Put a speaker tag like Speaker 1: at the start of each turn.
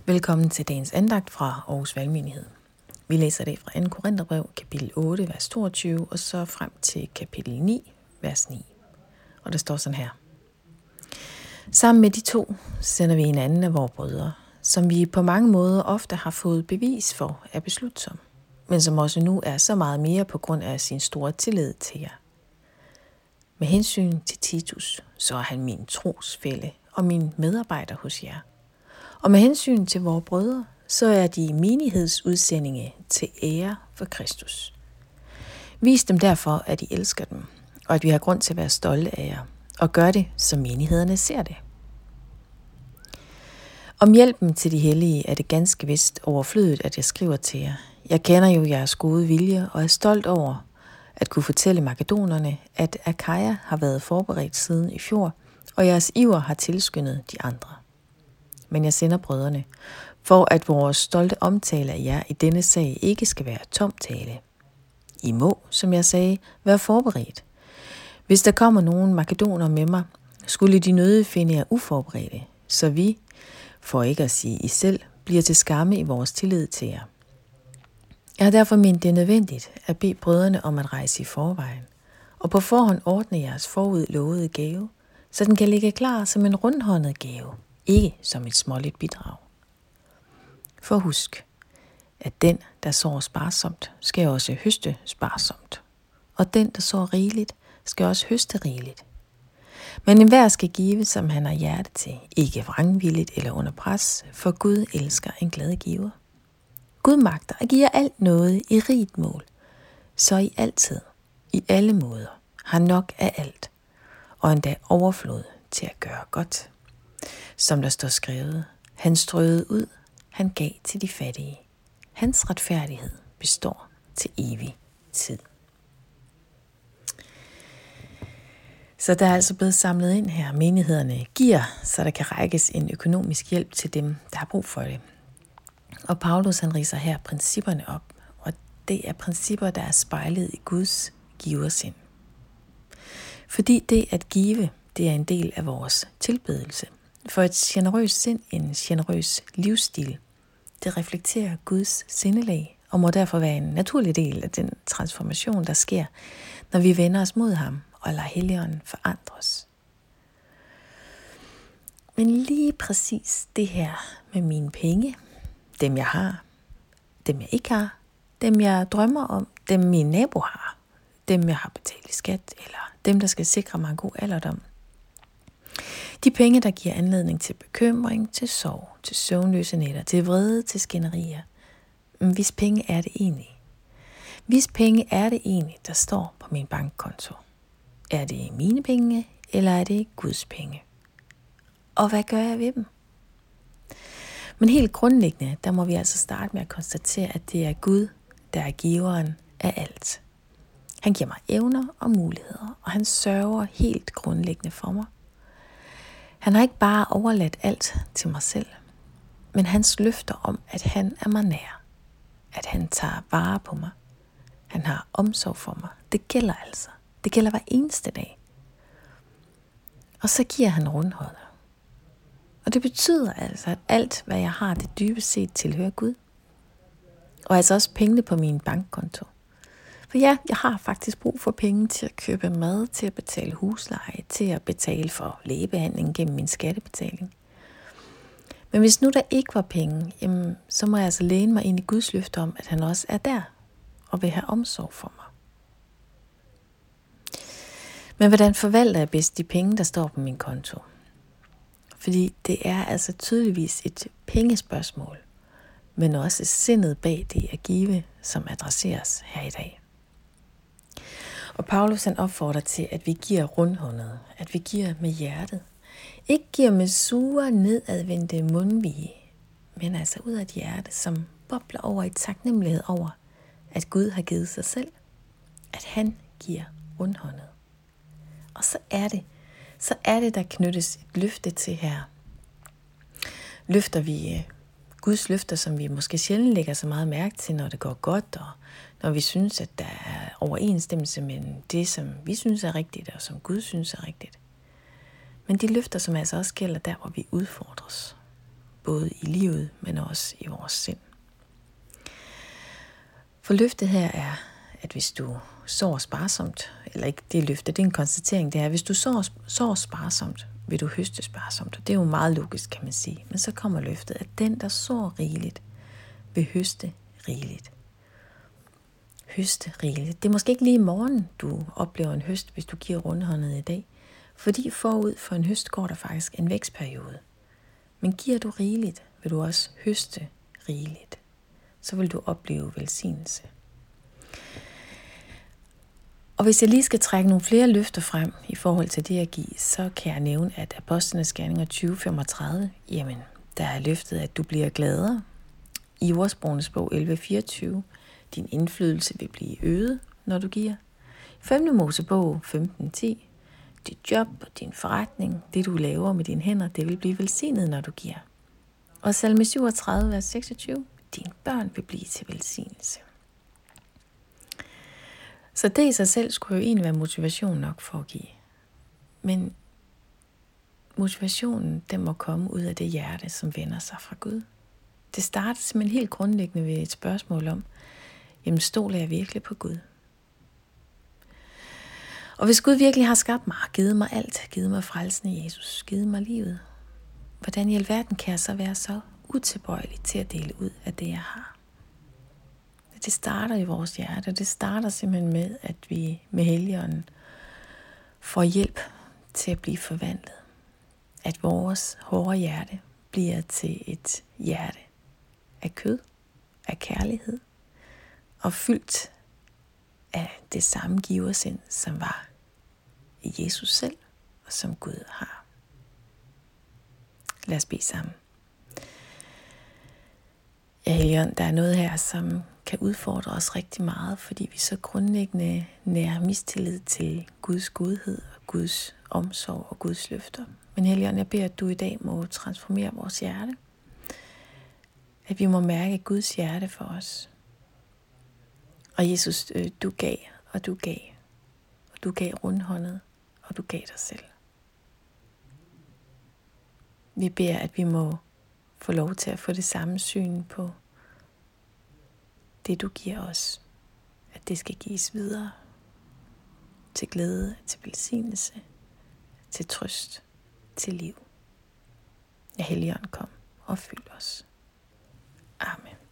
Speaker 1: Velkommen til dagens andagt fra Aarhus Valgmenighed. Vi læser det fra 2. Korintherbrev, kapitel 8, vers 22, og så frem til kapitel 9, vers 9. Og der står sådan her. Sammen med de to sender vi en anden af vores brødre, som vi på mange måder ofte har fået bevis for er beslutsom, men som også nu er så meget mere på grund af sin store tillid til jer. Med hensyn til Titus, så er han min trosfælle og min medarbejder hos jer. Og med hensyn til vores brødre, så er de menighedsudsendinge til ære for Kristus. Vis dem derfor, at I elsker dem, og at vi har grund til at være stolte af jer, og gør det, som menighederne ser det. Om hjælpen til de hellige er det ganske vist overflødigt, at jeg skriver til jer. Jeg kender jo jeres gode vilje, og er stolt over at kunne fortælle makedonerne, at Akaja har været forberedt siden i fjor, og jeres iver har tilskyndet de andre. Men jeg sender brødrene, for at vores stolte omtale af jer i denne sag ikke skal være tom tale. I må, som jeg sagde, være forberedt. Hvis der kommer nogen makedoner med mig, skulle de nødig finde jer uforberedte, så vi, for ikke at sige I selv, bliver til skamme i vores tillid til jer. Jeg har derfor ment det nødvendigt at bede brødrene om at rejse i forvejen, og på forhånd ordne jeres forud lovede gave, så den kan ligge klar som en rundhåndet gave, ikke som et småligt bidrag. For husk, at den, der sår sparsomt, skal også høste sparsomt, og den, der sår rigeligt, skal også høste rigeligt. Men enhver skal give, som han har hjerte til, ikke vrangvilligt eller under pres, for Gud elsker en glad giver. Gud magter at give jer alt noget i rigt mål, så I altid, i alle måder, har nok af alt, og endda overflod til at gøre godt. Som der står skrevet, han strøede ud, han gav til de fattige. Hans retfærdighed består til evig tid. Så der er altså blevet samlet ind her. Menighederne giver, så der kan rækkes en økonomisk hjælp til dem, der har brug for det. Og Paulus han ridser her principperne op, og det er principper, der er spejlet i Guds giversind. Fordi det at give, det er en del af vores tilbedelse. For et generøst sind, en generøs livsstil, det reflekterer Guds sindelag og må derfor være en naturlig del af den transformation, der sker, når vi vender os mod ham og lader Helligånden forandre os. Men lige præcis det her med mine penge, dem jeg har, dem jeg ikke har, dem jeg drømmer om, dem min nabo har, dem jeg har betalt i skat, eller dem der skal sikre mig en god alderdom. De penge, der giver anledning til bekymring, til sorg, til søvnløse nætter, til vrede, til skænderier. Men hvis penge er det egentlig? Hvis penge er det egentlig, der står på min bankkonto? Er det mine penge, eller er det Guds penge? Og hvad gør jeg ved dem? Men helt grundlæggende, der må vi altså starte med at konstatere, at det er Gud, der er giveren af alt. Han giver mig evner og muligheder, og han sørger helt grundlæggende for mig. Han har ikke bare overladt alt til mig selv, men hans løfter om, at han er mig nær, at han tager vare på mig, han har omsorg for mig, det gælder altså. Det gælder hver eneste dag. Og så giver han rundhåndet. Og det betyder altså, at alt, hvad jeg har, det dybest set tilhører Gud. Og altså også pengene på min bankkonto. For ja, jeg har faktisk brug for penge til at købe mad, til at betale husleje, til at betale for lægebehandling gennem min skattebetaling. Men hvis nu der ikke var penge, jamen, så må jeg altså læne mig ind i Guds løfte om, at han også er der og vil have omsorg for mig. Men hvordan forvalter jeg bedst de penge, der står på min konto? Fordi det er altså tydeligvis et pengespørgsmål, men også sindet bag det at give, som adresseres her i dag. Og Paulus han opfordrer til, at vi giver rundhåndet, at vi giver med hjertet. Ikke giver med sure, nedadvendte mundvige, men altså ud af et hjerte, som bobler over i taknemmelighed over, at Gud har givet sig selv, at han giver rundhåndet. Og så er det, der knyttes et løfte til her. Løfter vi Guds løfter, som vi måske sjældent lægger så meget mærke til, når det går godt, og når vi synes, at der er overensstemmelse mellem det, som vi synes er rigtigt, og som Gud synes er rigtigt. Men de løfter, som altså også gælder der, hvor vi udfordres. både i livet, men også i vores sind. For løftet her er, at hvis du sår sparsomt, eller ikke det er løfte, det er en konstatering, det er, hvis du sår sparsomt, vil du høste sparsomt. Og det er jo meget logisk, kan man sige. Men så kommer løftet, at den, der sår rigeligt, vil høste rigeligt. Høste rigeligt. Det er måske ikke lige i morgen, du oplever en høst, hvis du giver rundhåndet i dag. Fordi forud for en høst går der faktisk en vækstperiode. Men giver du rigeligt, vil du også høste rigeligt. Så vil du opleve velsignelse. Og hvis jeg lige skal trække nogle flere løfter frem i forhold til det at give, så kan jeg nævne, at Apostlenes Gerninger 20:35, jamen, der er løftet, at du bliver gladere. I Ordsprogenes bog 11:24, din indflydelse vil blive øget, når du giver. 5. Mosebog 15:10, dit job og din forretning, det du laver med dine hænder, det vil blive velsignet, når du giver. Og Salme 37, vers 26, dine børn vil blive til velsignelse. Så det i sig selv skulle jo egentlig være motivation nok for at give. Men motivationen, den må komme ud af det hjerte, som vender sig fra Gud. Det starter simpelthen helt grundlæggende ved et spørgsmål om, jamen stoler jeg virkelig på Gud? Og hvis Gud virkelig har skabt mig, givet mig alt, givet mig frelsen i Jesus, givet mig livet, hvordan i alverden kan jeg så være så utilbøjelig til at dele ud af det, jeg har? Det starter i vores hjerte, og det starter simpelthen med, at vi med Helligånden får hjælp til at blive forvandlet. At vores hårde hjerte bliver til et hjerte af kød, af kærlighed, og fyldt af det samme giversind, som var i Jesus selv, og som Gud har. Lad os bede sammen. Ja, Helligånd, der er noget her, som kan udfordre os rigtig meget, fordi vi så grundlæggende nærer mistillid til Guds godhed og Guds omsorg og Guds løfter. Men Helligånd, jeg beder, at du i dag må transformere vores hjerte. At vi må mærke Guds hjerte for os. Og Jesus, du gav, og du gav. Og du gav rundhåndet, og du gav dig selv. Vi beder, at vi må få lov til at få det samme syn på det, du giver os. At det skal gives videre til glæde, til velsignelse, til trøst, til liv. Ja, Helligånd, kom og fyld os. Amen.